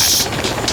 Fanhatás.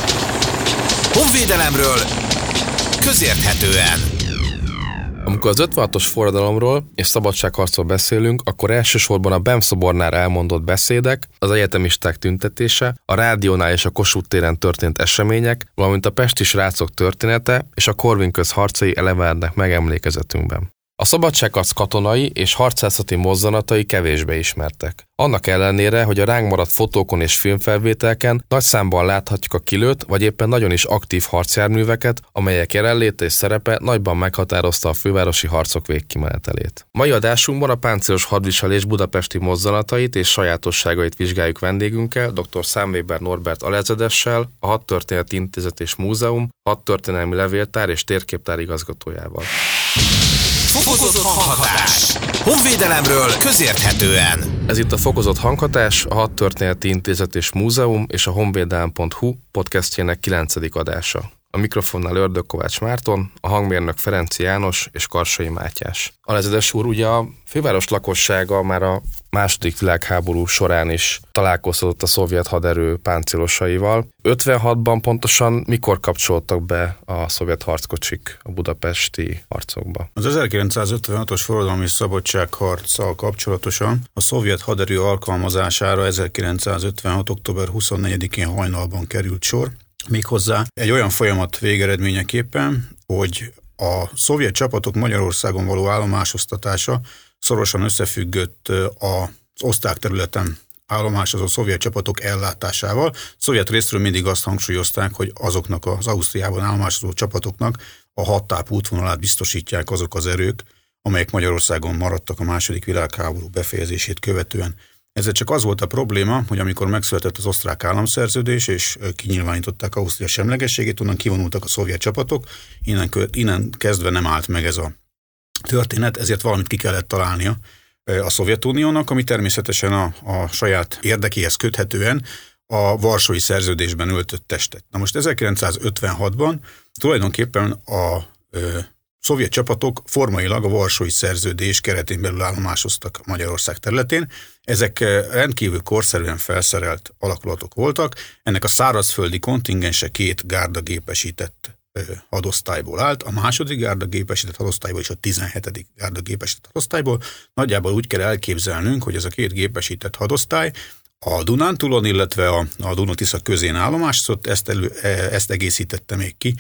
Honvédelemről közérthetően. Amikor az 56-os forradalomról és szabadságharcról beszélünk, akkor elsősorban a BEM szobornál elmondott beszédek, az egyetemisták tüntetése, a rádiónál és a Kossuth téren történt események, valamint a pesti srácok története és a Korvin köz harcai elevenednek meg emlékezetünkben. A szabadságharc katonai és harcászati mozzanatai kevésbé ismertek. Annak ellenére, hogy a ránk maradt fotókon és filmfelvételken nagy számban láthatjuk a kilőtt, vagy éppen nagyon is aktív harcjárműveket, amelyek jelenléte és szerepe nagyban meghatározta a fővárosi harcok végkimenetelét. Mai adásunkban a páncélos hadviselés budapesti mozzanatait és sajátosságait vizsgáljuk vendégünkkel, dr. Számvéber Norbert alezredessel, a Hadtörténeti Intézet és Múzeum, hadtörténelmi levéltár és térképtár igazgatójával. Fokozott hanghatás. Honvédelemről közérthetően. Ez itt a Fokozott hanghatás, a Hadtörténeti Intézet és Múzeum és a honvédelem.hu podcastjének 9. adása. A mikrofonnál Ördög Kovács Márton, a hangmérnök Ferenci János és Karsai Mátyás. Alezredes úr, ugye a főváros lakossága már a II. Világháború során is találkozhatott a szovjet haderő páncélosaival. 56-ban pontosan mikor kapcsoltak be a szovjet harckocsik a budapesti harcokba? Az 1956-os forradalmi szabadságharccal kapcsolatosan a szovjet haderő alkalmazására 1956. október 24-én hajnalban került sor. Méghozzá egy olyan folyamat végeredményeképpen, hogy a szovjet csapatok Magyarországon való állomásosztatása szorosan összefüggött az osztrák területen állomásozó szovjet csapatok ellátásával. Szovjet részről mindig azt hangsúlyozták, hogy azoknak az Ausztriában állomásozó csapatoknak a hadtáp útvonalát biztosítják azok az erők, amelyek Magyarországon maradtak a II. Világháború befejezését követően. Ezzel csak az volt a probléma, hogy amikor megszületett az osztrák államszerződés, és kinyilvánították Ausztria semlegességét, onnan kivonultak a szovjet csapatok, innen kezdve nem állt meg ez a történet, ezért valamit ki kellett találnia a Szovjetuniónak, ami természetesen a saját érdekéhez köthetően a Varsói Szerződésben öltött testet. Na most 1956-ban tulajdonképpen a szovjet csapatok formailag a Varsói Szerződés keretén belül állomásoztak Magyarország területén. Ezek rendkívül korszerűen felszerelt alakulatok voltak. Ennek a szárazföldi kontingense 2 gárdagépesített hadosztályból állt, a II. Gárdagépesített hadosztályból és a 17. Gárdagépesített hadosztályból. Nagyjából úgy kell elképzelnünk, hogy ez a 2 gépesített hadosztály a Dunántúlon, illetve a Duna-Tisza közén állomásozott, ezt egészítette még ki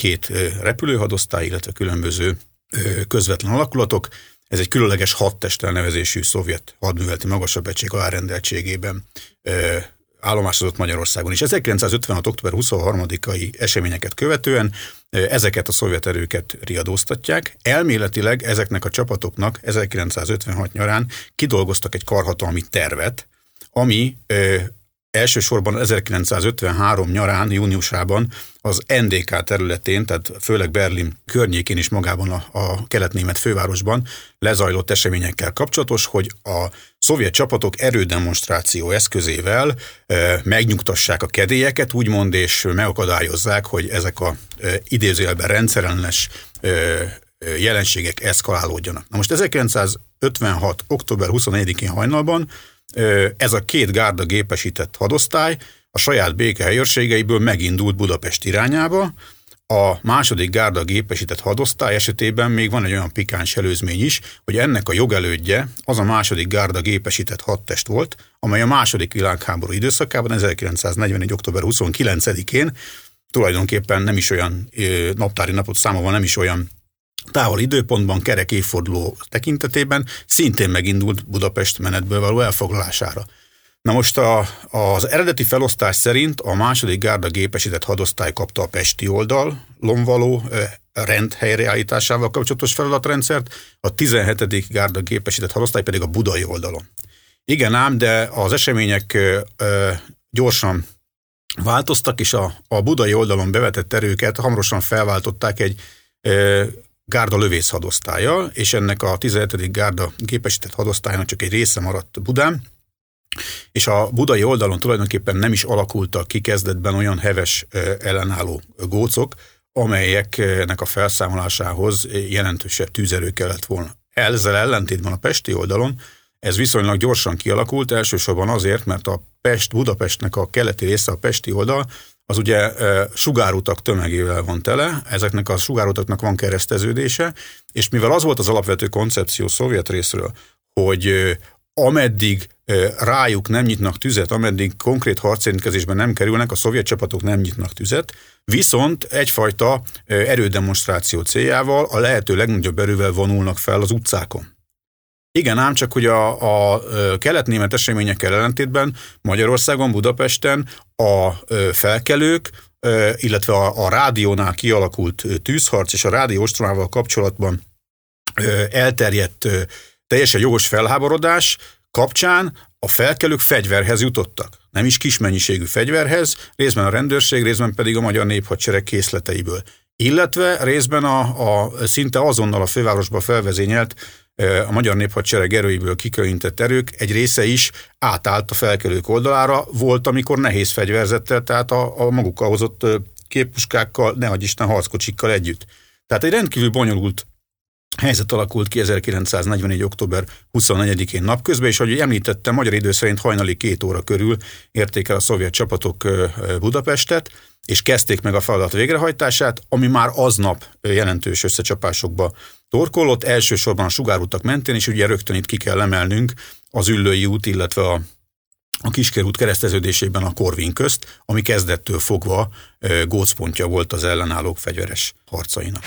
2 repülőhadosztály, illetve különböző közvetlen alakulatok. Ez egy különleges hadtest elnevezésű szovjet hadműveleti magasabb egység alárendeltségében állomásozott Magyarországon is. 1956. október 23-ai eseményeket követően ezeket a szovjet erőket riadóztatják. Elméletileg ezeknek a csapatoknak 1956 nyarán kidolgoztak egy karhatalmi tervet, ami elsősorban 1953 nyarán, júniusában az NDK területén, tehát főleg Berlin környékén is magában a kelet-német fővárosban lezajlott eseményekkel kapcsolatos, hogy a szovjet csapatok erődemonstráció eszközével megnyugtassák a kedélyeket, úgymond, és megakadályozzák, hogy ezek a idézőjelben rendszerellenes jelenségek eszkalálódjanak. Na most 1956. október 24-én hajnalban ez a 2 gárda gépesített hadosztály a saját békehelyőrségeiből megindult Budapest irányába. A II. Gárda gépesített hadosztály esetében még van egy olyan pikáns előzmény is, hogy ennek a jogelődje az a II. Gárda gépesített hadtest volt, amely a II. Világháború időszakában 1941. október 29-én tulajdonképpen nem is olyan naptári napot számolva, nem is olyan távol időpontban, kerek évforduló tekintetében szintén megindult Budapest menetből való elfoglalására. Na most az eredeti felosztás szerint a II. Gárda gépesített hadosztály kapta a pesti oldalon való rend helyreállításával kapcsolatos feladatrendszert, a 17. Gárda gépesített hadosztály pedig a budai oldalon. Igen ám, de az események gyorsan változtak, és a budai oldalon bevetett erőket hamarosan felváltották egy gárda lövészhadosztállyal, és ennek a 17. Gárda gépesített hadosztálynak csak egy része maradt Budán, és a budai oldalon tulajdonképpen nem is alakultak ki kezdetben olyan heves ellenálló gócok, amelyeknek a felszámolásához jelentősebb tűzerő kellett volna. Ezzel ellentétben a pesti oldalon ez viszonylag gyorsan kialakult, elsősorban azért, mert Budapestnek a keleti része, a pesti oldal, az ugye sugárutak tömegével van tele, ezeknek a sugárutaknak van kereszteződése, és mivel az volt az alapvető koncepció szovjet részről, hogy ameddig rájuk nem nyitnak tüzet, ameddig konkrét harcérintkezésben nem kerülnek, a szovjet csapatok nem nyitnak tüzet, viszont egyfajta erődemonstráció céljával a lehető legnagyobb erővel vonulnak fel az utcákon. Igen, ám csak, hogy a kelet-német eseményekkel ellentétben Magyarországon, Budapesten a felkelők, illetve a rádiónál kialakult tűzharc és a rádió ostromával kapcsolatban elterjedt teljesen jogos felháborodás kapcsán a felkelők fegyverhez jutottak. Nem is kis mennyiségű fegyverhez, részben a rendőrség, részben pedig a magyar néphadsereg készleteiből. Illetve részben szinte azonnal a fővárosba felvezényelt a magyar néphadsereg erőiből kikölintett erők egy része is átállt a felkelők oldalára, volt, amikor nehéz fegyverzettel, tehát a magukkal hozott képpuskákkal, nehogy Isten harckocsikkal együtt. Tehát egy rendkívül bonyolult helyzet alakult ki 1944. október 24-én napközben, és ahogy említettem, magyar idő szerint hajnali 2 óra körül érték el a szovjet csapatok Budapestet, és kezdték meg a feladat végrehajtását, ami már aznap jelentős összecsapásokba torkollott, elsősorban a sugárutak mentén, és ugye rögtön itt ki kell emelnünk az Üllői út, illetve a Kiskörút kereszteződésében a Korvin közt, ami kezdettől fogva gócpontja volt az ellenállók fegyveres harcainak.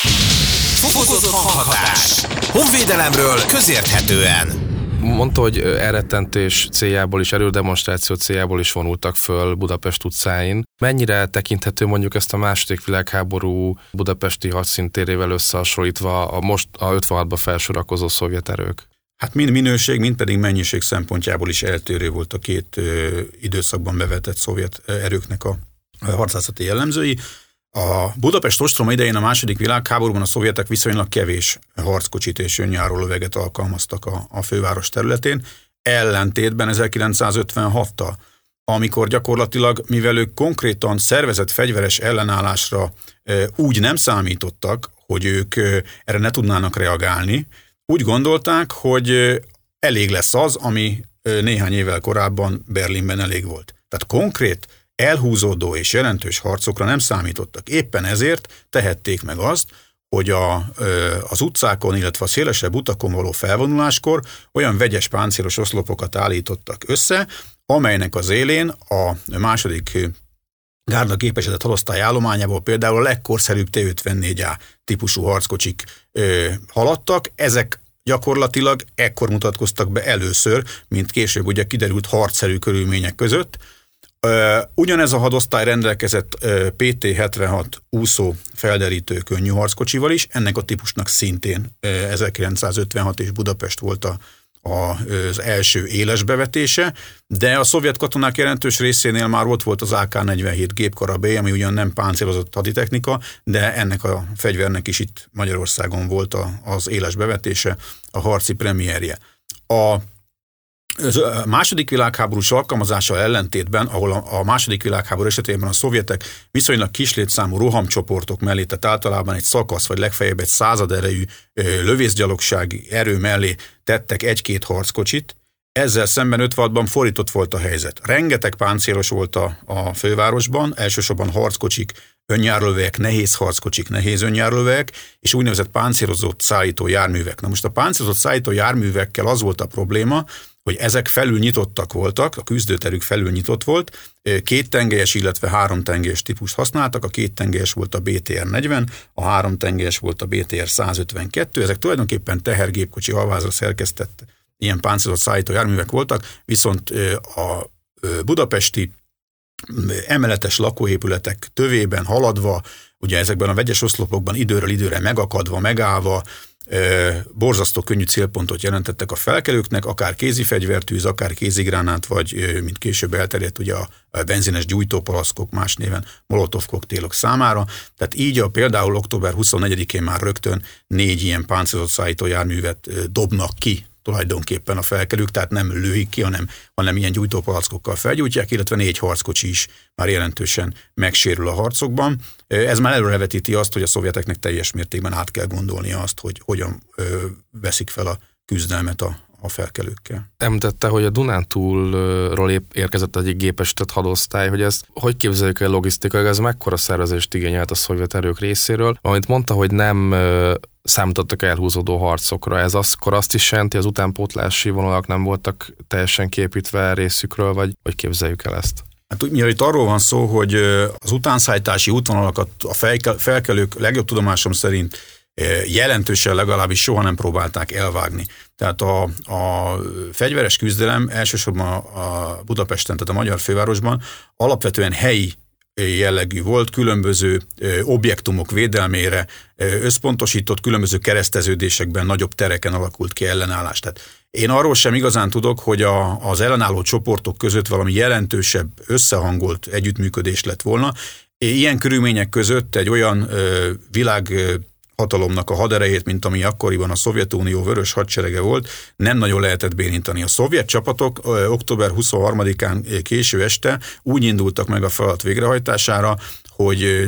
Fokozott hanghatás. Honvédelemről közérthetően. Mondta, hogy elrettentés céljából is, erődemonstráció céljából is vonultak föl Budapest utcáin. Mennyire tekinthető mondjuk ezt a második világháború budapesti hadszíntérével összehasonlítva a 56-ba felsorakozó szovjet erők? Hát mind minőség, mind pedig mennyiség szempontjából is eltérő volt a két időszakban bevetett szovjet erőknek a harcászati jellemzői. A Budapest ostroma idején a második világháborúban a szovjetek viszonylag kevés harckocsit és önjáró löveget alkalmaztak a főváros területén, ellentétben 1956-tal, amikor gyakorlatilag, mivel ők konkrétan szervezett fegyveres ellenállásra úgy nem számítottak, hogy ők erre ne tudnának reagálni, úgy gondolták, hogy elég lesz az, ami néhány évvel korábban Berlinben elég volt. Tehát konkrét, elhúzódó és jelentős harcokra nem számítottak. Éppen ezért tehették meg azt, hogy az utcákon, illetve a szélesebb utakon való felvonuláskor olyan vegyes páncélos oszlopokat állítottak össze, amelynek az élén a második gárda gépesedett hadosztály állományából például a legkorszerűbb T-54A típusú harckocsik haladtak. Ezek gyakorlatilag ekkor mutatkoztak be először, mint később ugye kiderült harcszerű körülmények között. Ugyanez a hadosztály rendelkezett PT-76 úszó felderítő könnyű harckocsival is, ennek a típusnak szintén 1956 és Budapest volt az első éles bevetése, de a szovjet katonák jelentős részénél már ott volt az AK-47 gépkarabély, ami ugyan nem páncélozott haditechnika, de ennek a fegyvernek is itt Magyarországon volt az éles bevetése, a harci premierje. A második világháborús alkalmazással ellentétben, ahol a második világháború esetében a szovjetek viszonylag kis létszámú rohamcsoportok mellé, tehát általában egy szakasz, vagy legfeljebb egy 100 erejű lövészgyalogsági erő mellé tettek 1-2 harckocsit, ezzel szemben 56-ban fordított volt a helyzet. Rengeteg páncélos volt a fővárosban, elsősorban harckocsik, önjárólövek, nehéz harckocsik, nehéz önjárólövek, és úgynevezett páncélozott szállító járművek. Na most a páncélozott szállító járművekkel az volt a probléma, hogy ezek felül nyitottak voltak, a küzdőterük felül nyitott volt, 2 tengelyes, illetve 3 tengelyes típust használtak, a 2 tengelyes volt a BTR-40, a 3 tengelyes volt a BTR-152, ezek tulajdonképpen tehergépkocsi alvázra szerkesztett ilyen páncélozott szállító járművek voltak, viszont a budapesti emeletes lakóépületek tövében haladva, ugye ezekben a vegyes oszlopokban időről időre megakadva, megállva, borzasztó könnyű célpontot jelentettek a felkelőknek, akár kézifegyvertűz, akár kézigránát, vagy mint később elterjedt ugye a benzines gyújtópalaszkok, más néven molotov koktélok számára. Tehát így például október 24-én már rögtön 4 ilyen páncélozott szállító járművet dobnak ki tulajdonképpen a felkelők, tehát nem lőik ki, hanem ilyen gyújtópalackokkal felgyújtják, illetve 4 harckocsi is már jelentősen megsérül a harcokban. Ez már előrevetíti azt, hogy a szovjeteknek teljes mértékben át kell gondolnia azt, hogy hogyan veszik fel a küzdelmet a a felkelőkkel. Említette, hogy a Dunántúlról érkezett egyik gépesített hadosztály, hogy ezt hogy képzeljük el logisztikai, ez mekkora szervezést igényelt a szovjet erők részéről, amit mondta, hogy nem számítottak elhúzódó harcokra. Ez akkor azt is jelenti, az utánpótlási vonalak nem voltak teljesen képítve részükről, vagy hogy képzeljük el ezt? Hát mivel itt arról van szó, hogy az utánszállítási útvonalakat a felkelők legjobb tudomásom szerint jelentősen legalábbis soha nem próbálták elvágni. Tehát a fegyveres küzdelem elsősorban a Budapesten, tehát a magyar fővárosban alapvetően helyi jellegű volt, különböző objektumok védelmére összpontosított, különböző kereszteződésekben, nagyobb tereken alakult ki ellenállás. Tehát én arról sem igazán tudok, hogy az ellenálló csoportok között valami jelentősebb, összehangolt együttműködés lett volna. Ilyen körülmények között egy olyan világhatalomnak a haderejét, mint ami akkoriban a Szovjetunió vörös hadserege volt, nem nagyon lehetett bérinteni. A szovjet csapatok október 23-án késő este úgy indultak meg a feladat végrehajtására, hogy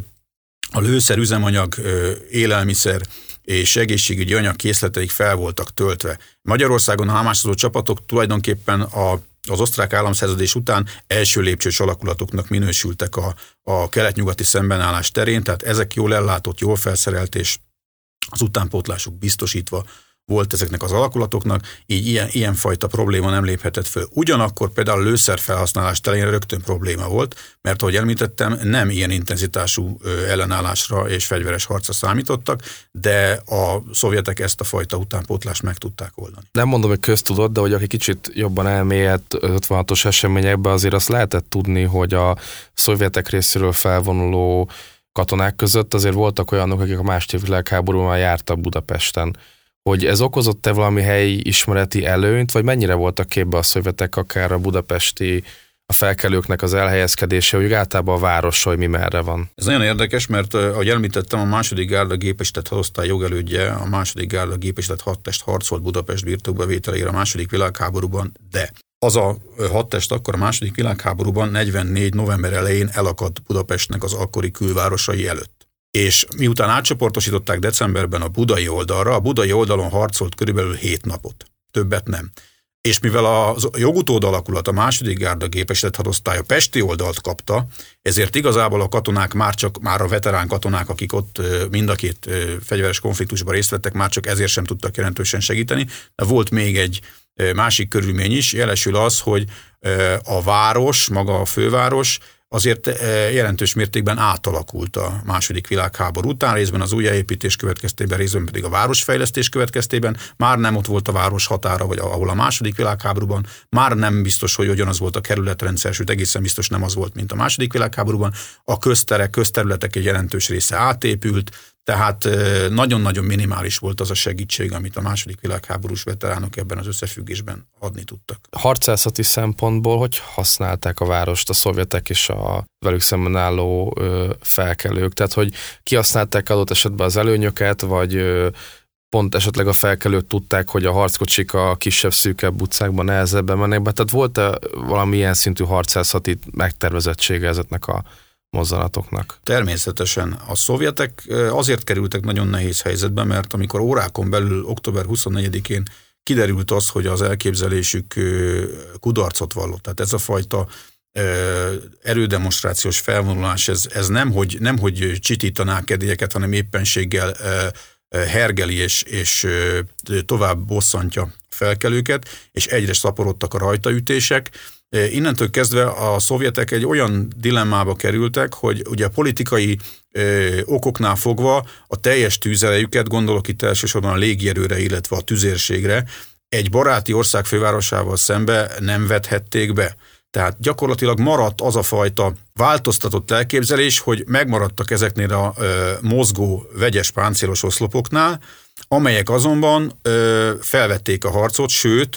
a lőszer, üzemanyag, élelmiszer és egészségügyi anyag készleteik fel voltak töltve. Magyarországon a hámásozó csapatok tulajdonképpen az osztrák államszerződés után első lépcsős alakulatoknak minősültek a kelet-nyugati szembenállás terén, tehát ezek jól ellátott, jól felszerelt és az utánpótlásuk biztosítva volt ezeknek az alakulatoknak, így ilyenfajta probléma nem léphetett föl. Ugyanakkor például a lőszer felhasználás terén rögtön probléma volt, mert ahogy említettem, nem ilyen intenzitású ellenállásra és fegyveres harcra számítottak, de a szovjetek ezt a fajta utánpótlást meg tudták oldani. Nem mondom, hogy köztudott, de hogy aki kicsit jobban elmélyed 56-os eseményekben, azért azt lehetett tudni, hogy a szovjetek részéről felvonuló katonák között azért voltak olyanok, akik a második világháborúban már jártak Budapesten. Hogy ez okozott-e valami helyi ismereti előnyt, vagy mennyire voltak képbe a szovjetek, akár a budapesti, a felkelőknek az elhelyezkedése, hogy általában a város, hogy mi merre van? Ez nagyon érdekes, mert ahogy említettem, a második gárda gépesített hadosztály jogelődje, a második gárda gépesített hadtest harcolt Budapest birtokbevételére a második világháborúban, de az a hadtest akkor a második világháborúban 44. november elején elakadt Budapestnek az akkori külvárosai előtt. És miután átcsoportosították decemberben a budai oldalra, a budai oldalon harcolt körülbelül 7 napot. Többet nem. És mivel a jogutód alakulat, a második gárda gépesített hadosztály a pesti oldalt kapta, ezért igazából a katonák már a veterán katonák, akik ott mind a két fegyveres konfliktusban részt vettek, már csak ezért sem tudtak jelentősen segíteni. De volt még egy másik körülmény is, jelesül az, hogy a város, maga a főváros azért jelentős mértékben átalakult a második világháború után, részben az újjáépítés következtében, részben pedig a városfejlesztés következtében. Már nem ott volt a város határa, vagy ahol a második világháborúban, már nem biztos, hogy ugyanaz volt a kerületrendszer, sőt egészen biztos nem az volt, mint a második világháborúban. A közterületek egy jelentős része átépült, tehát nagyon-nagyon minimális volt az a segítség, amit a második világháborús veteránok ebben az összefüggésben adni tudtak. Harcászati szempontból hogy használták a várost a szovjetek és a velük szemben álló felkelők? Tehát, hogy kihasználták adott esetben az előnyöket, vagy pont esetleg a felkelők tudták, hogy a harckocsik a kisebb, szűkebb utcákban nehezebben mennek be? Tehát volt-e valami ilyen szintű harcászati megtervezettsége ezeknek a mozzanatoknak? Természetesen. A szovjetek azért kerültek nagyon nehéz helyzetbe, mert amikor órákon belül október 24-én kiderült az, hogy az elképzelésük kudarcot vallott. Tehát ez a fajta erődemonstrációs felvonulás, ez nemhogy csitítaná kedélyeket, hanem éppenséggel hergeli és tovább bosszantja felkelőket, és egyre szaporodtak a rajtaütések. Innentől kezdve a szovjetek egy olyan dilemmába kerültek, hogy ugye a politikai okoknál fogva a teljes tűzerejüket, gondolok itt elsősorban a légierőre, illetve a tüzérségre, egy baráti ország fővárosával szembe nem vethették be. Tehát gyakorlatilag maradt az a fajta változtatott elképzelés, hogy megmaradtak ezeknél a mozgó vegyes páncélos oszlopoknál, amelyek azonban felvették a harcot, sőt,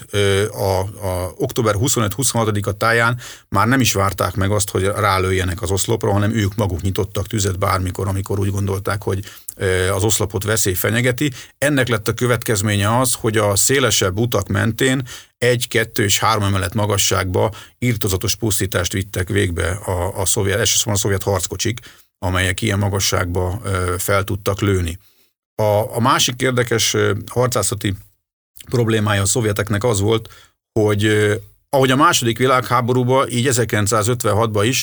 a október 25-26-a táján már nem is várták meg azt, hogy rálőjenek az oszlopra, hanem ők maguk nyitottak tüzet bármikor, amikor úgy gondolták, hogy az oszlopot veszély fenyegeti. Ennek lett a következménye az, hogy a szélesebb utak mentén 1, 2 és 3 emelet magasságba irtózatos pusztítást vittek végbe elsősorban a szovjet harckocsik, amelyek ilyen magasságba fel tudtak lőni. A másik érdekes harcászati problémája a szovjeteknek az volt, hogy ahogy a második világháborúban, így 1956-ban is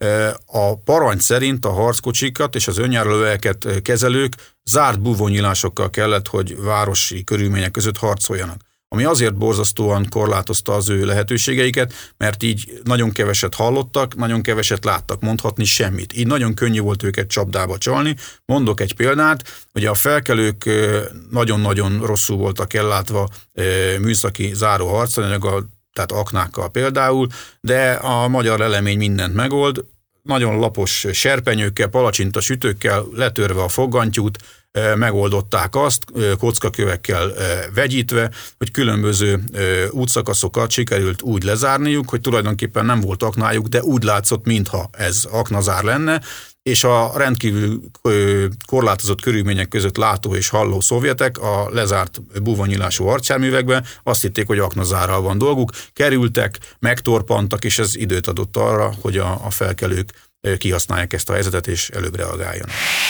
a parancs szerint a harckocsikat és az önjárólöveket kezelők zárt búvónyílásokkal kellett, hogy városi körülmények között harcoljanak. Ami azért borzasztóan korlátozta az ő lehetőségeiket, mert így nagyon keveset hallottak, nagyon keveset láttak, mondhatni semmit. Így nagyon könnyű volt őket csapdába csalni. Mondok egy példát, hogy a felkelők nagyon-nagyon rosszul voltak ellátva műszaki záró harcanyaggal, tehát aknákkal például, de a magyar elemény mindent megold, nagyon lapos serpenyőkkel, palacsinta sütőkkel letörve a foggantyút, megoldották azt, kockakövekkel vegyítve, hogy különböző útszakaszokat sikerült úgy lezárniuk, hogy tulajdonképpen nem volt aknájuk, de úgy látszott, mintha ez aknazár lenne, és a rendkívül korlátozott körülmények között látó és halló szovjetek a lezárt búvonyilású harcjárművekben azt hitték, hogy aknazárral van dolguk, kerültek, megtorpantak, és ez időt adott arra, hogy a felkelők kihasználják ezt a helyzetet és előbb reagáljanak.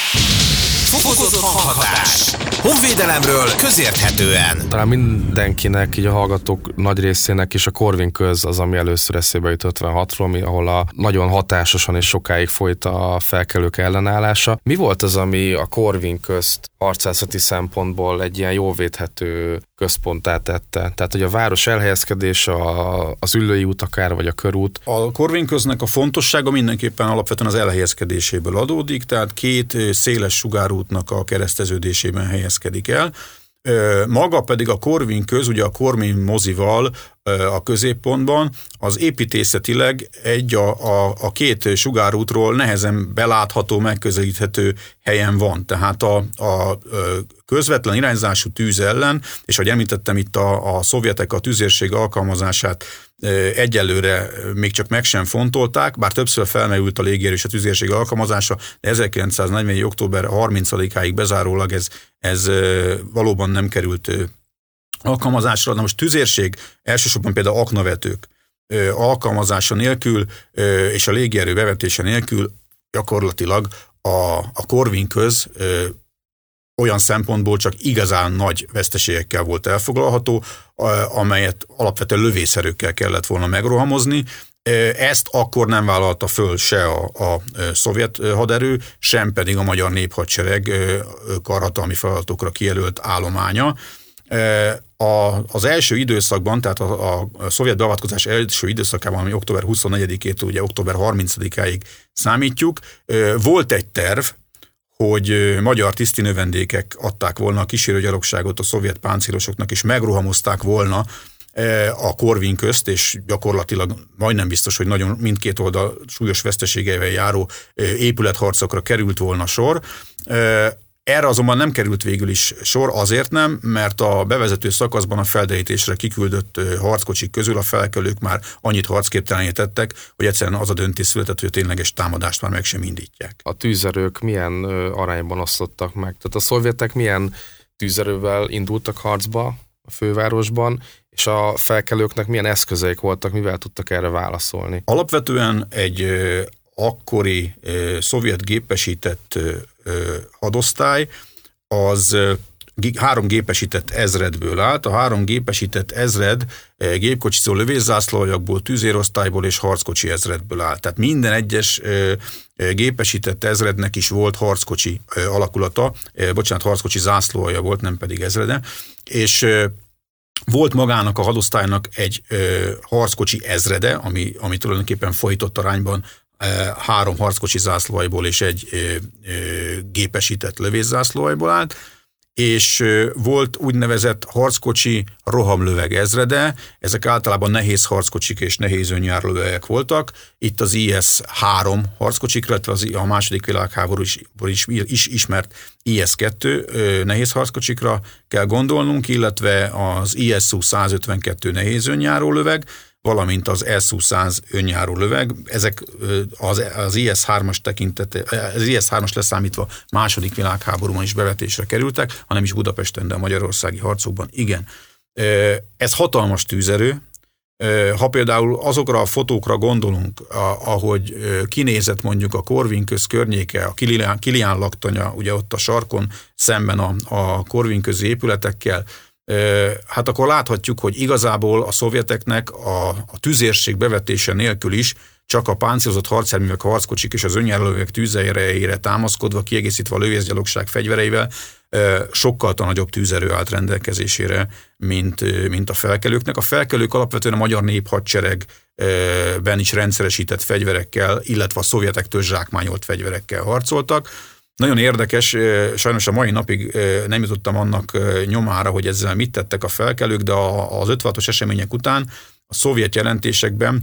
Fokozott hanghatás. Honvédelemről közérthetően. Talán mindenkinek, így a hallgatók nagy részének is a Corvin köz az, ami először eszébe jut 56-ról, ahol nagyon hatásosan és sokáig folyt a felkelők ellenállása. Mi volt az, ami a Corvin közt harcászati szempontból egy ilyen jól védhető központtá tette? Tehát, hogy a város elhelyezkedése, az Üllői út akár, vagy a körút. A Corvin köznek a fontossága mindenképpen alapvetően az elhelyezkedéséből adódik, tehát két széles sugárútnak a kereszteződésében helyezkedik el. Maga pedig a Corvin köz, ugye a Corvin mozival a középpontban, az építészetileg a két sugárútról nehezen belátható, megközelíthető helyen van. Tehát a közvetlen irányzású tűz ellen, és ahogy említettem itt a szovjetek a tüzérség alkalmazását egyelőre még csak meg sem fontolták, bár többször felmerült a légierő és a tüzérség alkalmazása, de 1944. október 30-áig bezárólag ez valóban nem került alkalmazásra. Na most tüzérség, elsősorban például aknavetők alkalmazása nélkül és a légierő bevetése nélkül gyakorlatilag a Corvin köz olyan szempontból csak igazán nagy veszteségekkel volt elfoglalható, amelyet alapvetően lövészerőkkel kellett volna megrohamozni. Ezt akkor nem vállalta föl se a szovjet haderő, sem pedig a magyar néphadsereg karhatalmi feladatokra kijelölt állománya. Az első időszakban, tehát a szovjet beavatkozás első időszakában, ami október 24-től ugye október 30-áig számítjuk, volt egy terv, hogy magyar tisztinövendékek adták volna a kísérőgyalogságot a szovjet páncélosoknak, és megrohamozták volna a Corvin közt, és gyakorlatilag majdnem biztos, hogy nagyon mindkét oldal súlyos veszteségeivel járó épületharcokra került volna sor. Erre azonban nem került végül is sor, azért nem, mert a bevezető szakaszban a felderítésre kiküldött harckocsik közül a felkelők már annyit harcképtelenítettek, hogy egyszerűen az a döntés született, hogy a tényleges támadást már meg sem indítják. A tűzerők milyen arányban osztottak meg? Tehát a szovjetek milyen tűzerővel indultak harcba a fővárosban, és a felkelőknek milyen eszközeik voltak, mivel tudtak erre válaszolni? Alapvetően egy akkori szovjet gépesített hadosztály az 3 gépesített ezredből állt. A 3 gépesített ezred gépkocsizó lövészzászlóajakból, tüzérosztályból és harckocsi ezredből állt. Tehát minden egyes gépesített ezrednek is volt harckocsi alakulata, harckocsi zászlóalja volt, nem pedig ezrede, és volt magának a hadosztálynak egy harckocsi ezrede, ami tulajdonképpen folytott arányban 3 harckocsi zászlóaljból és egy gépesített lövészzászlóaljból állt, és volt úgynevezett harckocsi rohamlöveg ezrede, ezek általában nehéz harckocsik és nehéz önjárólövegek voltak. Itt az IS-3 harckocsikra, illetve a második világháborúból is ismert IS-2 nehéz harckocsikra kell gondolnunk, illetve az ISU 152 nehéz önjárólöveg, valamint az SU-100 önjárólöveg. Ezek az IS-3-as tekintete, az IS-3-as leszámítva második világháborúban is bevetésre kerültek, hanem is Budapesten, de a magyarországi harcokban igen. Ez hatalmas tűzerő. Ha például azokra a fotókra gondolunk, ahogy kinézett mondjuk a Corvin köz környéke, a Kilián laktanya, ugye ott a sarkon szemben a Corvin közi épületekkel, hát akkor láthatjuk, hogy igazából a szovjeteknek a tüzérség bevetése nélkül is csak a páncélozott harcjárművek, a harckocsik és az önjárólövők tűzerejére támaszkodva, kiegészítve a lövészgyalogság fegyvereivel sokkal nagyobb tűzerő állt rendelkezésére, mint a felkelőknek. A felkelők alapvetően a magyar néphadseregben is rendszeresített fegyverekkel, illetve a szovjetektől zsákmányolt fegyverekkel harcoltak. Nagyon érdekes, sajnos a mai napig nem jutottam annak nyomára, hogy ezzel mit tettek a felkelők, de az 56-os események után a szovjet jelentésekben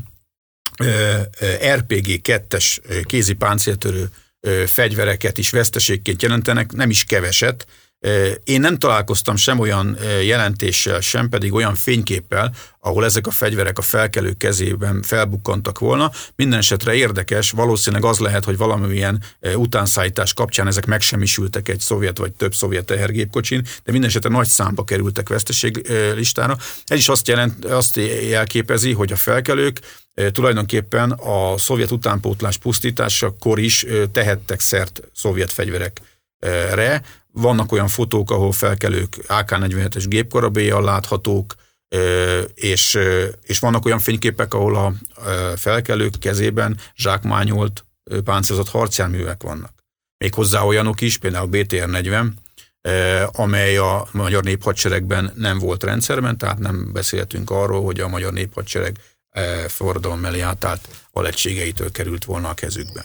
RPG 2-es kézi páncéltörő fegyvereket is veszteségként jelentenek, nem is keveset. Én nem találkoztam sem olyan jelentéssel, sem pedig olyan fényképpel, ahol ezek a fegyverek a felkelők kezében felbukkantak volna. Minden esetre érdekes, valószínűleg az lehet, hogy valamilyen utánszállítás kapcsán ezek megsemmisültek egy szovjet vagy több szovjet tehergépkocsin, de minden esetre nagy számba kerültek veszteséglistára. Ez is azt jelképezi, hogy a felkelők tulajdonképpen a szovjet utánpótlás pusztításakor is tehettek szert szovjet fegyverekre. Vannak olyan fotók, ahol felkelők AK-47-es gépkarabéllyal láthatók, és vannak olyan fényképek, ahol a felkelők kezében zsákmányolt páncélozott harcjárművek vannak. Méghozzá olyanok is, például BTR-40, amely a magyar néphadseregben nem volt rendszerben, tehát nem beszéltünk arról, hogy a magyar néphadsereg forradalom mellé átállt alegységeitől került volna a kezükbe.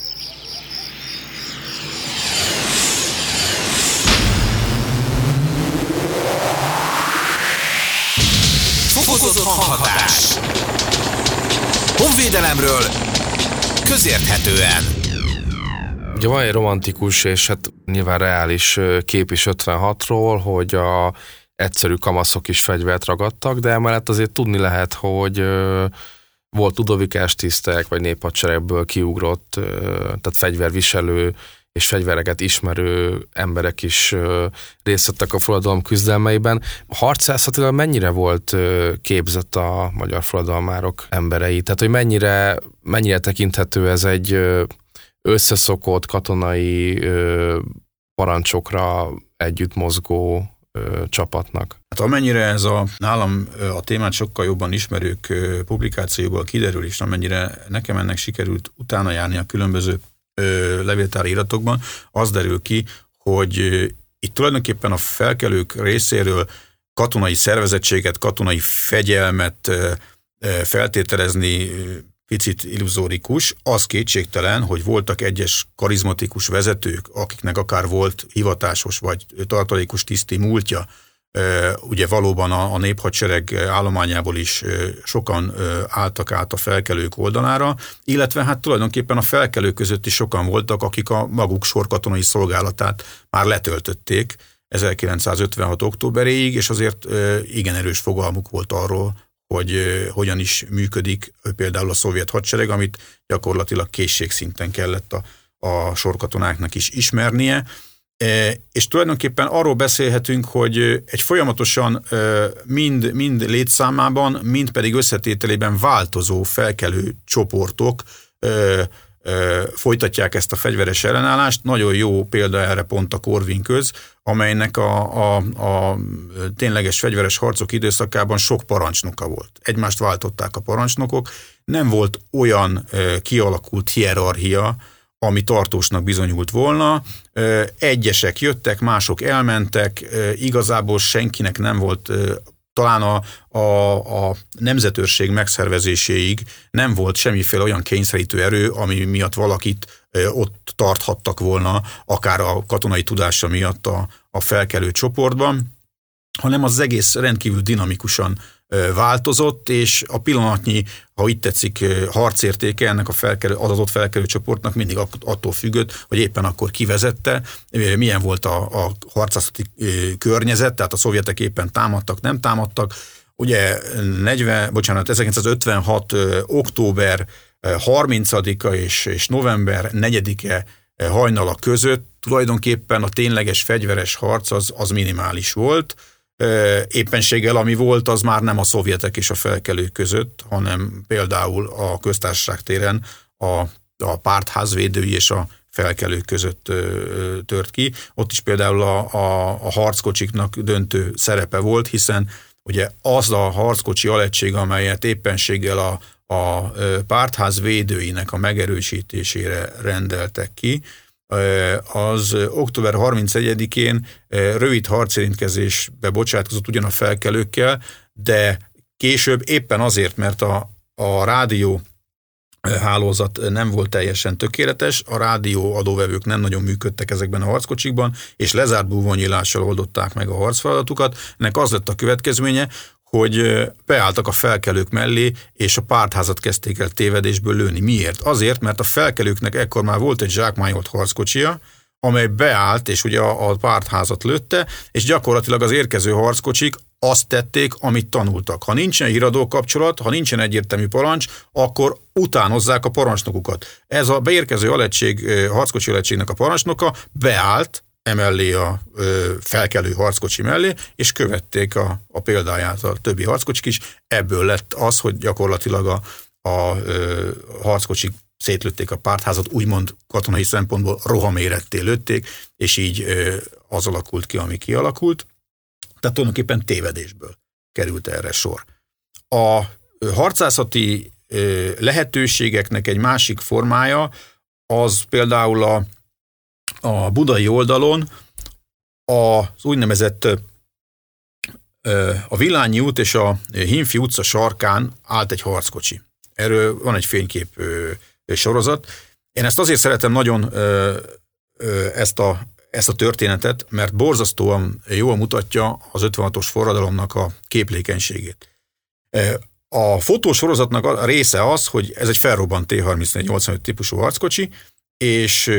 Fokozott hanghatás. Honvédelemről közérthetően. Ugye van egy romantikus és hát nyilván reális kép is 56-ról, hogy a egyszerű kamaszok is fegyvert ragadtak, de emellett azért tudni lehet, hogy volt ludovikás tisztek, vagy néphadseregből kiugrott, tehát fegyverviselő és fegyvereket ismerő emberek is részt vettek a forradalom küzdelmeiben. Harcászatilag mennyire volt képzett a magyar forradalmárok emberei? Tehát, hogy mennyire tekinthető ez egy összeszokott katonai parancsokra együtt mozgó csapatnak? Hát amennyire ez nálam a témát sokkal jobban ismerők publikációból kiderül, és amennyire nekem ennek sikerült utána járni a különböző levéltári iratokban, az derül ki, hogy itt tulajdonképpen a felkelők részéről katonai szervezettséget, katonai fegyelmet feltételezni picit illuzórikus. Az kétségtelen, hogy voltak egyes karizmatikus vezetők, akiknek akár volt hivatásos vagy tartalékos tiszti múltja, ugye valóban a néphadsereg állományából is sokan álltak át a felkelők oldalára, illetve hát tulajdonképpen a felkelők között is sokan voltak, akik a maguk sorkatonai szolgálatát már letöltötték 1956. októberéig, és azért igen erős fogalmuk volt arról, hogy hogyan is működik például a szovjet hadsereg, amit gyakorlatilag készségszinten kellett a sorkatonáknak is ismernie. És tulajdonképpen arról beszélhetünk, hogy egy folyamatosan mind létszámában, mind pedig összetételében változó felkelő csoportok folytatják ezt a fegyveres ellenállást. Nagyon jó példa erre pont a Korvin köz, amelynek a tényleges fegyveres harcok időszakában sok parancsnoka volt. Egymást váltották a parancsnokok. Nem volt olyan kialakult hierarchia, ami tartósnak bizonyult volna. Egyesek jöttek, mások elmentek, igazából senkinek nem volt, talán a nemzetőrség megszervezéséig nem volt semmiféle olyan kényszerítő erő, ami miatt valakit ott tarthattak volna, akár a katonai tudása miatt a felkelő csoportban, hanem az egész rendkívül dinamikusan változott, és a pillanatnyi, ha itt tetszik, harcértéke ennek az adott felkelő csoportnak mindig attól függött, hogy éppen akkor kivezette, milyen volt a harcászati környezet, tehát a szovjetek éppen támadtak, nem támadtak. Ugye 1956. október 30-a és november 4-e hajnala között tulajdonképpen a tényleges fegyveres harc az minimális volt. Éppenséggel, ami volt, az már nem a szovjetek és a felkelők között, hanem például a Köztársaság téren a pártházvédői és a felkelők között tört ki. Ott is például a harckocsiknak döntő szerepe volt, hiszen ugye az a harckocsi alegység, amelyet éppenséggel a pártház védőinek a megerősítésére rendeltek ki, az október 31-én rövid harcérintkezésbe bocsátkozott ugyan a felkelőkkel, de később éppen azért, mert a rádió hálózat nem volt teljesen tökéletes, a rádió adóvevők nem nagyon működtek ezekben a harckocsikban, és lezárt búvónyílással oldották meg a harcfeladatukat. Ennek az lett a következménye, hogy beálltak a felkelők mellé, és a pártházat kezdték el tévedésből lőni. Miért? Azért, mert a felkelőknek ekkor már volt egy zsákmányolt harckocsia, amely beállt, és ugye a pártházat lőtte, és gyakorlatilag az érkező harckocsik azt tették, amit tanultak. Ha nincsen híradó kapcsolat, ha nincsen egyértelmű parancs, akkor utánozzák a parancsnokukat. Ez a beérkező alegység, harckocsi alegystségnek a parancsnoka beállt emellé a felkelő harckocsi mellé, és követték a példáját a többi harckocsik is. Ebből lett az, hogy gyakorlatilag a harckocsik szétlőtték a pártházat, úgymond katonai szempontból rohaméretté lőtték, és így az alakult ki, ami kialakult. Tehát tulajdonképpen tévedésből került erre sor. A harcászati lehetőségeknek egy másik formája az például a budai oldalon az úgynevezett a Villányi út és a Hinfi utca sarkán állt egy harckocsi. Erről van egy fénykép sorozat. Én ezt azért szeretem nagyon ezt a történetet, mert borzasztóan jól mutatja az 56-os forradalomnak a képlékenységét. A fotósorozatnak a része az, hogy ez egy felrobbant T-34-85 típusú harckocsi, és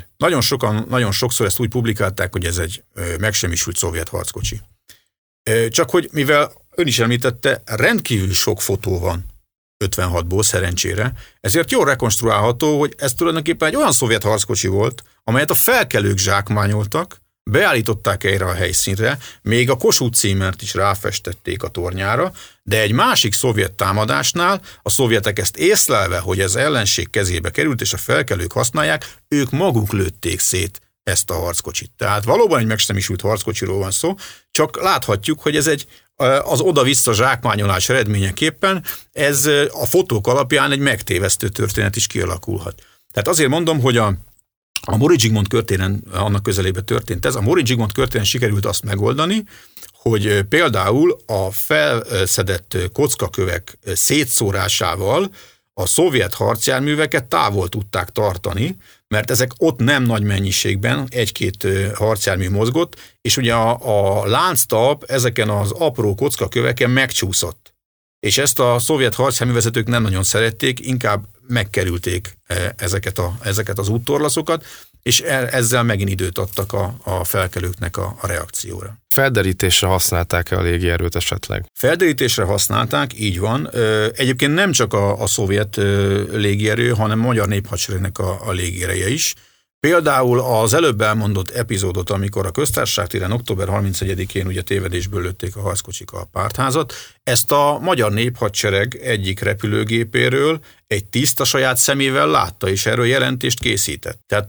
nagyon sokszor ezt úgy publikálták, hogy ez egy megsemmisült szovjet harckocsi. Csak hogy mivel ön is említette, rendkívül sok fotó van 56-ból szerencsére, ezért jól rekonstruálható, hogy ez tulajdonképpen egy olyan szovjet harckocsi volt, amelyet a felkelők zsákmányoltak, beállították erre a helyszínre, még a Kossuth címert is ráfestették a tornyára, de egy másik szovjet támadásnál a szovjetek ezt észlelve, hogy ez ellenség kezébe került, és a felkelők használják, ők maguk lőtték szét ezt a harckocsit. Tehát valóban egy megsemmisült harckocsiról van szó, csak láthatjuk, hogy ez az oda-vissza zsákmányolás eredményeképpen ez a fotók alapján egy megtévesztő történet is kialakulhat. Tehát azért mondom, hogy a Móricz Zsigmond körtéren, annak közelébe történt ez. A Móricz Zsigmond körtéren sikerült azt megoldani, hogy például a felszedett kockakövek szétszórásával a szovjet harcjárműveket távol tudták tartani, mert ezek ott nem nagy mennyiségben, egy-két harcjármű mozgott, és ugye a lánctalp ezeken az apró kockaköveken megcsúszott. És ezt a szovjet harcjárművezetők nem nagyon szerették, inkább megkerülték ezeket az úttorlaszokat, és ezzel megint időt adtak a felkelőknek a reakcióra. Felderítésre használták-e a légierőt esetleg? Felderítésre használták, így van. Egyébként nem csak a szovjet légierő, hanem a magyar néphadseregnek a légiereje is. Például az előbb elmondott epizódot, amikor a Köztársaság téren október 31-én ugye tévedésből lőtték a harckocsik a pártházat, ezt a magyar néphadsereg egyik repülőgépéről egy tiszta saját szemével látta, és erről jelentést készített. Tehát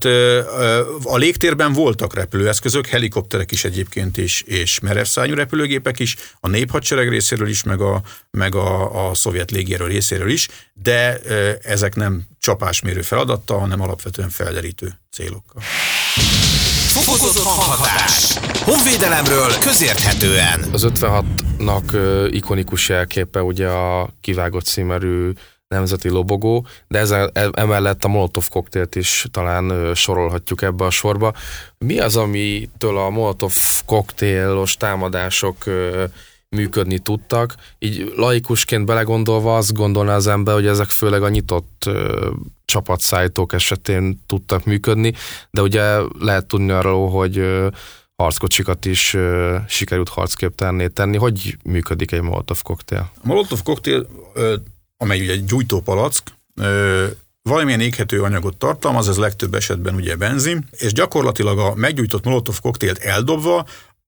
a légtérben voltak repülőeszközök, helikopterek is egyébként is, és merevszárnyú repülőgépek is, a néphadsereg részéről is, meg a szovjet légierő részéről is, de ezek nem csapásmérő feladattal, hanem alapvetően felderítő célokkal. Fokozott hanghatás. Honvédelemről közérthetően. Az 56-nak ikonikus jelképe ugye a kivágott címerű nemzeti lobogó, de emellett a Molotov koktélt is talán sorolhatjuk ebbe a sorba. Mi az, amitől a Molotov koktélos támadások működni tudtak? Így laikusként belegondolva azt gondolná az ember, hogy ezek főleg a nyitott csapatszállítók esetén tudtak működni, de ugye lehet tudni arról, hogy harckocsikat is sikerült harcképtelenné tenni. Hogy működik egy Molotov koktél? A Molotov koktél, amely ugye egy gyújtópalack, valamilyen éghető anyagot tartalmaz, ez legtöbb esetben ugye benzin, és gyakorlatilag a meggyújtott Molotov koktélt eldobva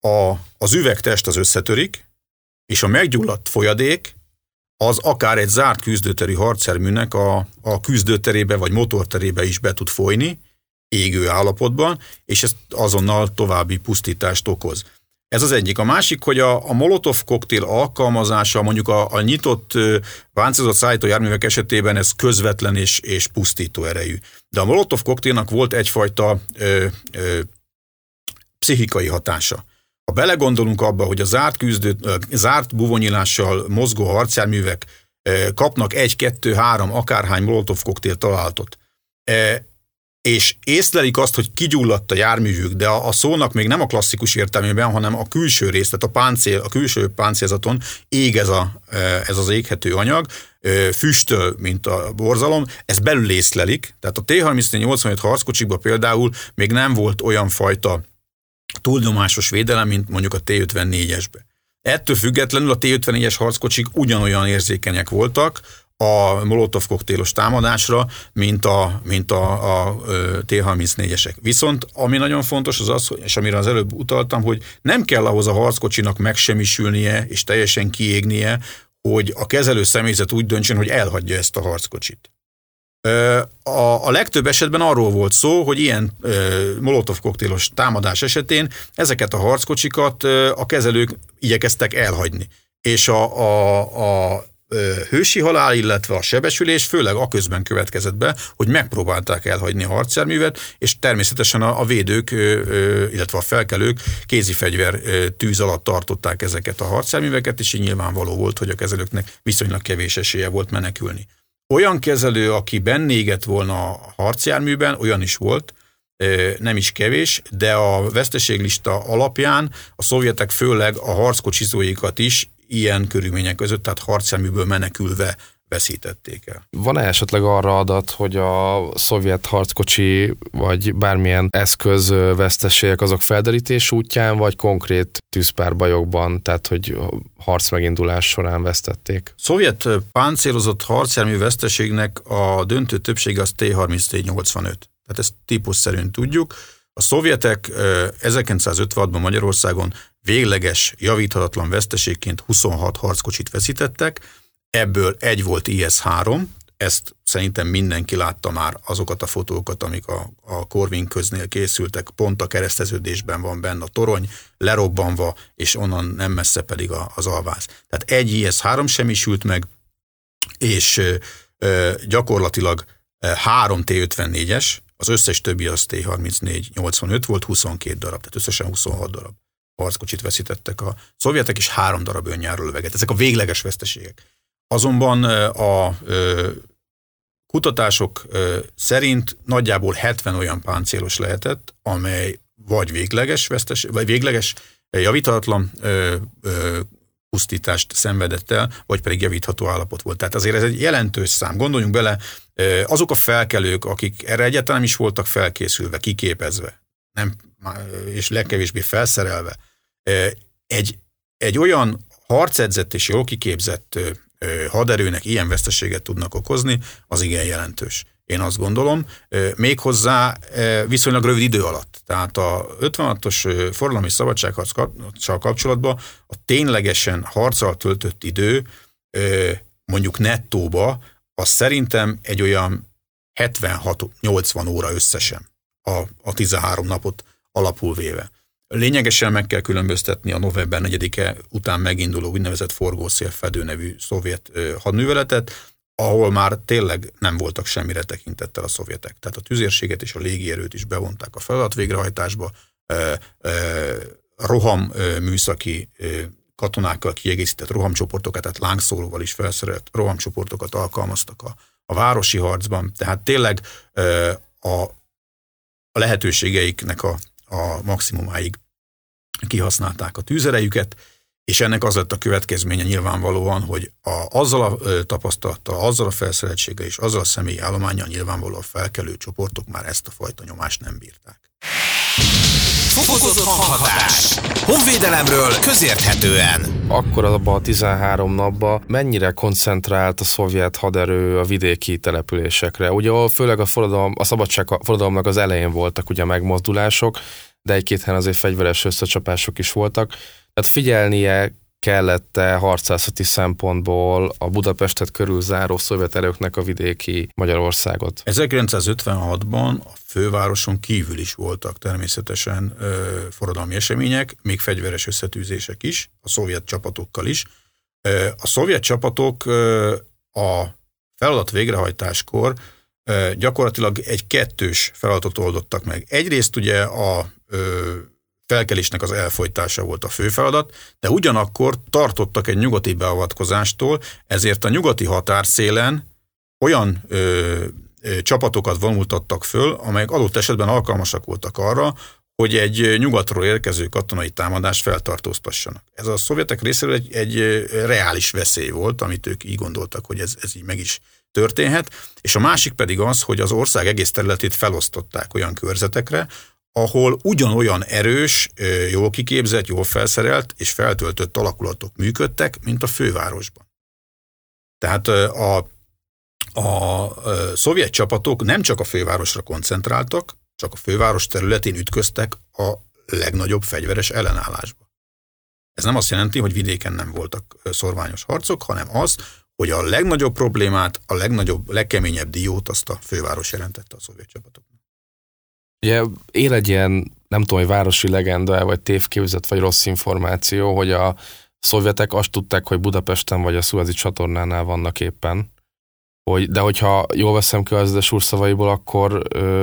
az üvegtest az összetörik, és a meggyulladt folyadék az akár egy zárt küzdőterű harcjárműnek a küzdőterébe vagy motorterébe is be tud folyni, égő állapotban, és ez azonnal további pusztítást okoz. Ez az egyik. A másik, hogy a Molotov koktél alkalmazása mondjuk a nyitott páncélozott szállító járművek esetében ez közvetlen és pusztító erejű. De a Molotov koktélnak volt egyfajta pszichikai hatása. Ha belegondolunk abba, hogy a zárt buvonyílással mozgó harcjárművek kapnak 1, 2, 3 akárhány Molotov koktél találatot, és észlelik azt, hogy kigyulladt a járművük, de a szónak még nem a klasszikus értelmében, hanem a külső rész, tehát a külső páncélzaton ég ez az éghető anyag, füstöl, mint a borzalom, ezt belül észlelik, tehát a T-34-85 harckocsikban például még nem volt olyan fajta túlnyomásos védelem, mint mondjuk a T-54-esben. Ettől függetlenül a T-54-es harckocsik ugyanolyan érzékenyek voltak a Molotov koktélos támadásra, mint a T-34-esek. Viszont ami nagyon fontos az, és amire az előbb utaltam, hogy nem kell ahhoz a harckocsinak megsemmisülnie és teljesen kiégnie, hogy a kezelő személyzet úgy döntsön, hogy elhagyja ezt a harckocsit. A legtöbb esetben arról volt szó, hogy ilyen Molotov koktélos támadás esetén ezeket a harckocsikat a kezelők igyekeztek elhagyni. És a hősi halál, illetve a sebesülés főleg aközben következett be, hogy megpróbálták elhagyni a harcjárművet, és természetesen a védők, illetve a felkelők kézifegyver tűz alatt tartották ezeket a harcjárműveket, és így nyilvánvaló volt, hogy a kezelőknek viszonylag kevés esélye volt menekülni. Olyan kezelő, aki benne égett volna a harcjárműben, olyan is volt, nem is kevés, de a veszteséglista alapján a szovjetek főleg a harckocsizóikat is ilyen körülmények között, tehát harcjárműből menekülve veszítették el. Van-e esetleg arra adat, hogy a szovjet harckocsi vagy bármilyen eszköz veszteségek azok felderítés útján, vagy konkrét tűzpárbajokban, tehát hogy harc megindulás során vesztették? Szovjet páncélozott harcjármű veszteségnek a döntő többsége az T-34-85. Tehát ezt típus szerint tudjuk. A szovjetek 1956-ban Magyarországon végleges, javíthatatlan veszteségként 26 harckocsit veszítettek, ebből egy volt IS-3, ezt szerintem mindenki látta már azokat a fotókat, amik a Corvin köznél készültek, pont a kereszteződésben van benne a torony, lerobbanva, és onnan nem messze pedig az alváz. Tehát egy IS-3 semmisült meg, és gyakorlatilag 3 T-54-es, az összes többi az T-34-85 volt, 22 darab, tehát összesen 26 darab harckocsit veszítettek a szovjetek, és 3 darab önjáró löveget. Ezek a végleges veszteségek. Azonban a kutatások szerint nagyjából 70 olyan páncélos lehetett, amely vagy végleges javíthatatlan pusztítást szenvedett el, vagy pedig javítható állapot volt. Tehát azért ez egy jelentős szám. Gondoljunk bele, azok a felkelők, akik erre egyáltalán nem is voltak felkészülve, kiképezve, nem, és legkevésbé felszerelve, egy olyan harcedzett és jól kiképzett haderőnek ilyen veszteséget tudnak okozni, az igen jelentős. Én azt gondolom, méghozzá viszonylag rövid idő alatt. Tehát a 56-os forradalmi szabadságharccal kapcsolatban a ténylegesen harccal töltött idő, mondjuk nettóba, az szerintem egy olyan 76-80 óra összesen a 13 napot alapul véve. Lényegesen meg kell különböztetni a november 4-e után meginduló úgynevezett forgószélfedő nevű szovjet hadműveletet, ahol már tényleg nem voltak semmire tekintettel a szovjetek. Tehát a tüzérséget és a légierőt is bevonták a feladat végrehajtásba, roham műszaki katonákkal kiegészített rohamcsoportokat, tehát lángszóróval is felszerelt rohamcsoportokat alkalmaztak a városi harcban. Tehát tényleg a lehetőségeiknek a maximumáig kihasználták a tűzerejüket, és ennek az lett a következménye nyilvánvalóan, hogy azzal a tapasztalattal, azzal a felszereltséggel és azzal a személyi állománnyal nyilvánvalóan felkelő csoportok már ezt a fajta nyomást nem bírták. Fokozott hanghatás. Honvédelemről közérthetően. Akkor abban a 13 napban mennyire koncentrált a szovjet haderő a vidéki településekre? Ugye ahol főleg a szabadságforradalomnak az elején voltak ugye megmozdulások, de egy-két helyen azért fegyveres összecsapások is voltak. Tehát figyelnie kellett-e harcászati szempontból a Budapestet körülzáró szovjet erőknek a vidéki Magyarországot? 1956-ban a fővároson kívül is voltak természetesen forradalmi események, még fegyveres összetűzések is, a szovjet csapatokkal is. A szovjet csapatok a feladat végrehajtáskor gyakorlatilag egy kettős feladatot oldottak meg. Egyrészt ugye a felkelésnek az elfojtása volt a fő feladat, de ugyanakkor tartottak egy nyugati beavatkozástól, ezért a nyugati határszélen olyan csapatokat vonultattak föl, amelyek adott esetben alkalmasak voltak arra, hogy egy nyugatról érkező katonai támadást feltartóztassanak. Ez a szovjetek részéről egy reális veszély volt, amit ők így gondoltak, hogy ez így meg is történhet, és a másik pedig az, hogy az ország egész területét felosztották olyan körzetekre, ahol ugyanolyan erős, jól kiképzett, jól felszerelt és feltöltött alakulatok működtek, mint a fővárosban. Tehát a szovjet csapatok nem csak a fővárosra koncentráltak, csak a főváros területén ütköztek a legnagyobb fegyveres ellenállásba. Ez nem azt jelenti, hogy vidéken nem voltak szorványos harcok, hanem az, hogy a legnagyobb problémát, a legkeményebb diót azt a főváros jelentette a szovjet csapatoknak. Ugye él egy ilyen, nem tudom, hogy városi legenda, vagy tévképzet, vagy rossz információ, hogy a szovjetek azt tudták, hogy Budapesten vagy a Szuezi csatornánál vannak éppen. De hogyha jól veszem ki az úr szavaiból, akkor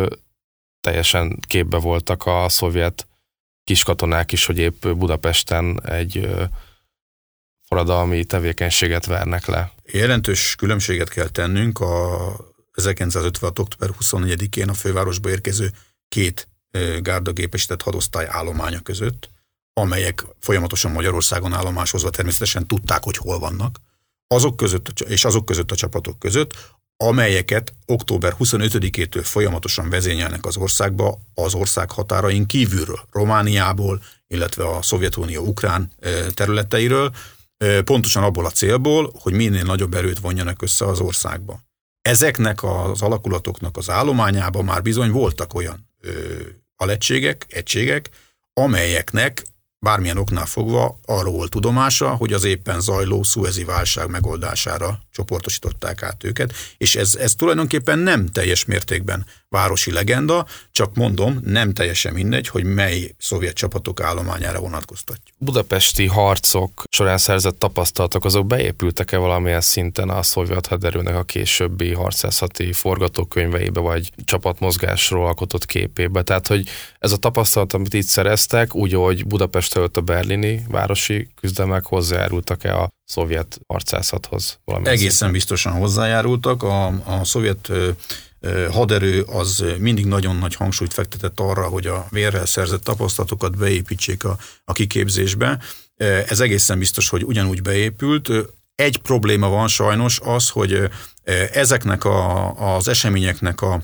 teljesen képbe voltak a szovjet kiskatonák is, hogy épp Budapesten egy forradalmi tevékenységet vernek le. Jelentős különbséget kell tennünk a 1956. október 24-én a fővárosba érkező 2 gárdagépesített hadosztály állománya között, amelyek folyamatosan Magyarországon állomásozva természetesen tudták, hogy hol vannak, azok között a csapatok között, amelyeket október 25-től folyamatosan vezényelnek az országba, az ország határain kívülről, Romániából, illetve a Szovjetunió ukrán területeiről, pontosan abból a célból, hogy minél nagyobb erőt vonjanak össze az országba. Ezeknek az alakulatoknak az állományában már bizony voltak olyan alegységek, egységek, amelyeknek bármilyen oknál fogva arról volt tudomása, hogy az éppen zajló szuezi válság megoldására csoportosították át őket, és ez tulajdonképpen nem teljes mértékben városi legenda, csak mondom, nem teljesen mindegy, hogy mely szovjet csapatok állományára vonatkoztatjuk. Budapesti harcok során szerzett tapasztalatok, azok beépültek-e valamilyen szinten a szovjet haderőnek a későbbi harcászati forgatókönyveibe, vagy csapatmozgásról alkotott képébe? Tehát, hogy ez a tapasztalat, amit itt szereztek, úgy, hogy Budapest előtt a berlini városi küzdelmek hozzájárultak-e a szovjet harcászathoz? Egészen biztosan hozzájárultak. A szovjet haderő az mindig nagyon nagy hangsúlyt fektetett arra, hogy a vérrel szerzett tapasztalatokat beépítsék a kiképzésbe. Ez egészen biztos, hogy ugyanúgy beépült. Egy probléma van sajnos az, hogy ezeknek az eseményeknek a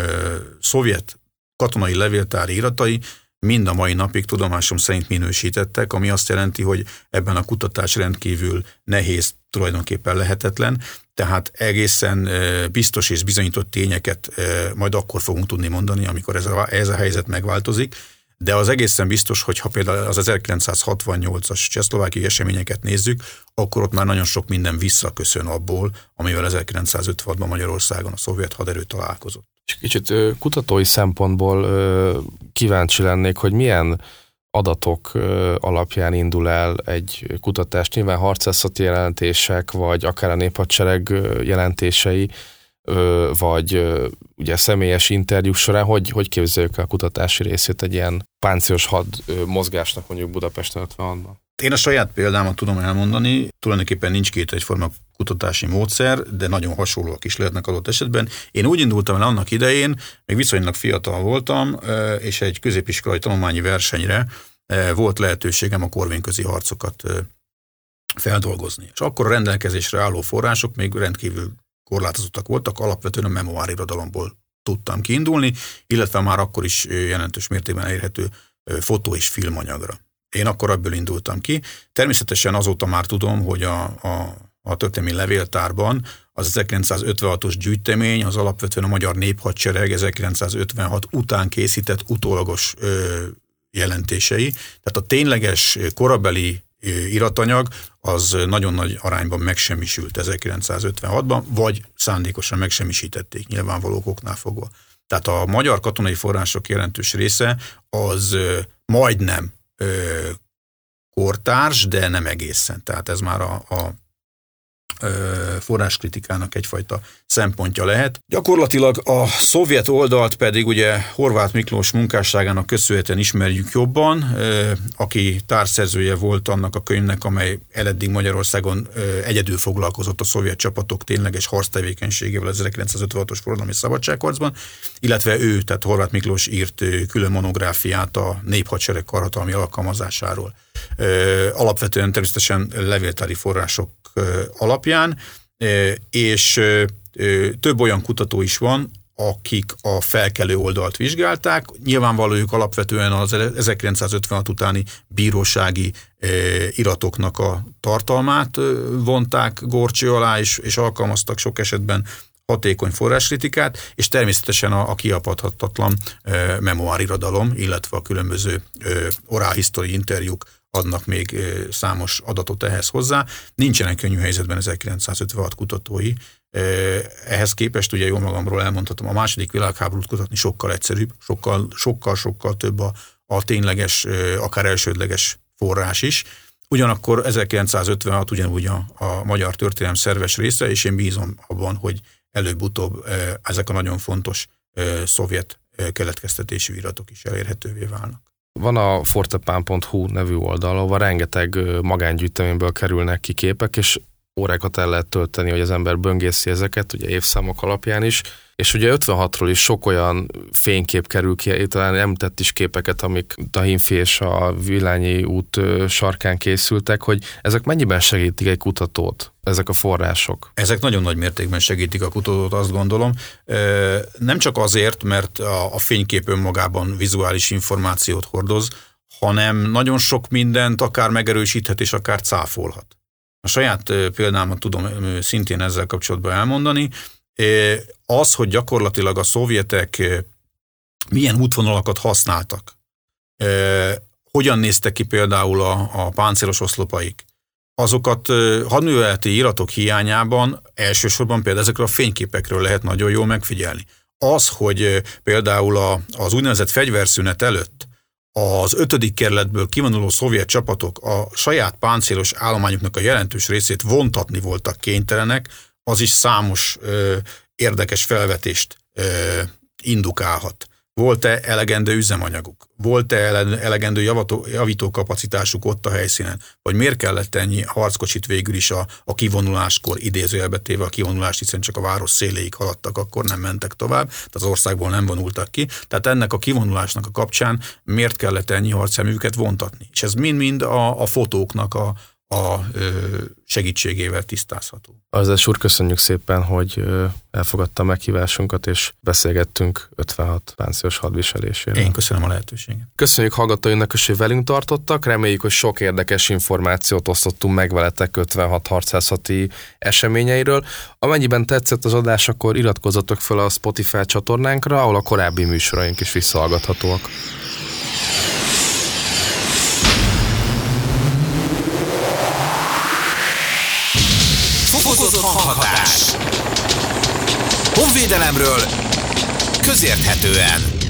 szovjet katonai levéltári iratai mind a mai napig tudomásom szerint minősítettek, ami azt jelenti, hogy ebben a kutatás rendkívül nehéz, tulajdonképpen lehetetlen, tehát egészen biztos és bizonyított tényeket majd akkor fogunk tudni mondani, amikor ez a helyzet megváltozik, de az egészen biztos, hogy ha például az 1968-as csehszlovákiai eseményeket nézzük, akkor ott már nagyon sok minden visszaköszön abból, amivel 1956-ban Magyarországon a szovjet haderő találkozott. És kicsit kutatói szempontból kíváncsi lennék, hogy milyen adatok alapján indul el egy kutatás. Nyilván harcászati jelentések, vagy akár a néphadsereg jelentései, vagy ugye személyes interjúk során, hogy képzeljük el a kutatási részét egy ilyen páncélos had mozgásnak mondjuk Budapesten 56-ban? Én a saját példámat tudom elmondani, tulajdonképpen nincs két egyforma kutatási módszer, de nagyon hasonlóak is lehetnek adott esetben. Én úgy indultam el annak idején, még viszonylag fiatal voltam, és egy középiskolai tanulmányi versenyre volt lehetőségem a korvényközi harcokat feldolgozni. És akkor a rendelkezésre álló források még rendkívül korlátozottak voltak, alapvetően a memoárirodalomból tudtam kiindulni, illetve már akkor is jelentős mértékben elérhető fotó- és filmanyagra. Én akkor ebből indultam ki. Természetesen azóta már tudom, hogy a történelmi levéltárban az 1956-os gyűjtemény az alapvetően a Magyar Néphadsereg 1956 után készített utólagos jelentései. Tehát a tényleges korabeli iratanyag, az nagyon nagy arányban megsemmisült 1956-ban, vagy szándékosan megsemmisítették nyilvánvaló okoknál fogva. Tehát a magyar katonai források jelentős része az majdnem kortárs, de nem egészen. Tehát ez már a forráskritikának egyfajta szempontja lehet. Gyakorlatilag a szovjet oldalt pedig ugye Horváth Miklós munkásságának köszönhetően ismerjük jobban, aki társszerzője volt annak a könyvnek, amely eleddig Magyarországon egyedül foglalkozott a szovjet csapatok tényleges harctevékenységével az 1956-os forradalmi szabadságharcban, illetve ő, tehát Horváth Miklós írt külön monográfiát a néphadsereg karhatalmi alkalmazásáról. Alapvetően természetesen levéltári források alapján, és több olyan kutató is van, akik a felkelő oldalt vizsgálták. Nyilvánvaló ők alapvetően az 1956 utáni bírósági iratoknak a tartalmát vonták górcső alá, és alkalmaztak sok esetben hatékony forráskritikát, és természetesen a kiapadhatatlan memoárirodalom, illetve a különböző oral history interjúk adnak még számos adatot ehhez hozzá. Nincsenek könnyű helyzetben 1956 kutatói. Ehhez képest ugye jól magamról elmondhatom, a második világháborút kutatni sokkal egyszerűbb, sokkal több a tényleges, akár elsődleges forrás is. Ugyanakkor 1956 ugyanúgy a magyar történelem szerves része, és én bízom abban, hogy előbb-utóbb ezek a nagyon fontos szovjet keletkeztetésű iratok is elérhetővé válnak. Van a fortepán.hu nevű oldal, ahol rengeteg magángyűjteményből kerülnek ki képek, és órákat el lehet tölteni, hogy az ember böngészi ezeket, ugye évszámok alapján is, és ugye 56-ról is sok olyan fénykép kerül ki, talán említett is képeket, amik Dahinfi és a Villányi út sarkán készültek, hogy ezek mennyiben segítik egy kutatót, ezek a források? Ezek nagyon nagy mértékben segítik a kutatót, azt gondolom. Nem csak azért, mert a fénykép önmagában vizuális információt hordoz, hanem nagyon sok mindent akár megerősíthet és akár cáfolhat. A saját példámat tudom szintén ezzel kapcsolatban elmondani. Az, hogy gyakorlatilag a szovjetek milyen útvonalakat használtak, hogyan néztek ki például a páncélos oszlopaik, azokat hadműveleti iratok hiányában elsősorban például ezekről a fényképekről lehet nagyon jól megfigyelni. Az, hogy például az úgynevezett fegyverszünet előtt az 5. kerületből kivonuló szovjet csapatok a saját páncélos állományuknak a jelentős részét vontatni voltak kénytelenek, az is számos érdekes felvetést indukálhat. Volt-e elegendő üzemanyaguk? Volt-e elegendő javítókapacitásuk ott a helyszínen? Vagy miért kellett ennyi harckocsit végül is a kivonuláskor, idézőjelbe téve a kivonulást, hiszen csak a város széléig haladtak, akkor nem mentek tovább, tehát az országból nem vonultak ki. Tehát ennek a kivonulásnak a kapcsán miért kellett ennyi harcjárműveket vontatni? És ez mind-mind a fotóknak a segítségével tisztázható. Azdás úr, köszönjük szépen, hogy elfogadta a meghívásunkat, és beszélgettünk 56 páncélos hadviseléséről. Én köszönöm a lehetőséget. Köszönjük hallgatóinknak is, hogy velünk tartottak. Reméljük, hogy sok érdekes információt osztottunk meg veletek 56 harcászati eseményeiről. Amennyiben tetszett az adás, akkor iratkozzatok fel a Spotify csatornánkra, ahol a korábbi műsoraink is visszahallgathatóak. Fokozott hanghatás. Honvédelemről közérthetően.